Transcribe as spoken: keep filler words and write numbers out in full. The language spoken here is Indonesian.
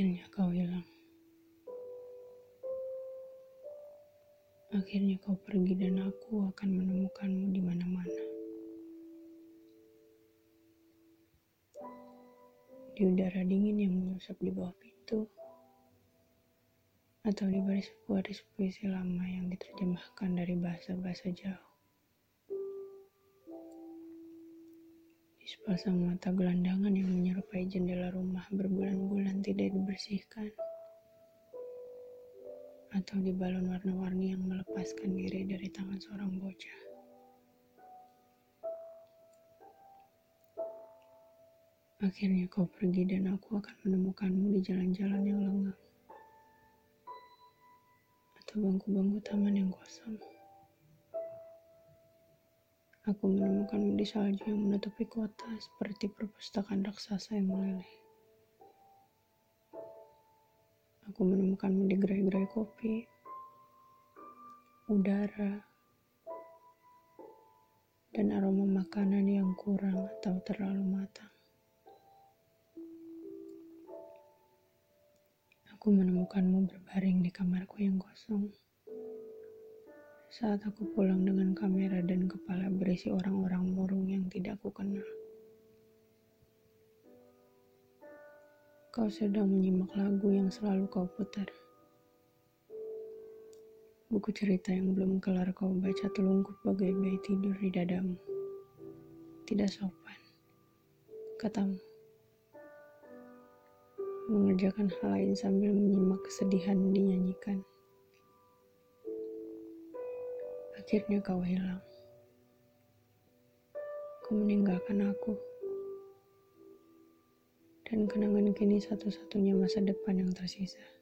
Akhirnya kau hilang. Akhirnya kau pergi dan aku akan menemukanmu di mana-mana. Di udara dingin yang menyusap di bawah pintu, atau di baris-baris puisi lama yang diterjemahkan dari bahasa-bahasa jauh. Di sepasang mata gelandangan yang menyerupai jendela rumah berbulan-bulan tidak dibersihkan, atau di balon warna-warni yang melepaskan diri dari tangan seorang bocah. Akhirnya kau pergi dan aku akan menemukanmu di jalan-jalan yang lengang, atau bangku-bangku taman yang kosong. Aku menemukanmu di salju yang menutupi kota seperti perpustakaan raksasa yang meleleh. Aku menemukanmu di gerai-gerai kopi, udara, dan aroma makanan yang kurang atau terlalu matang. Aku menemukanmu berbaring di kamarku yang kosong. Saat aku pulang dengan kamera dan kepala berisi orang-orang murung yang tidak aku kenal. Kau sedang menyimak lagu yang selalu kau putar. Buku cerita yang belum kelar kau baca telungkup bagai bayi tidur di dadamu. Tidak sopan, katamu. Mengerjakan hal lain sambil menyimak kesedihan dinyanyikan. Akhirnya kau hilang. Kau meninggalkan aku. Dan kenangan kini satu-satunya masa depan yang tersisa.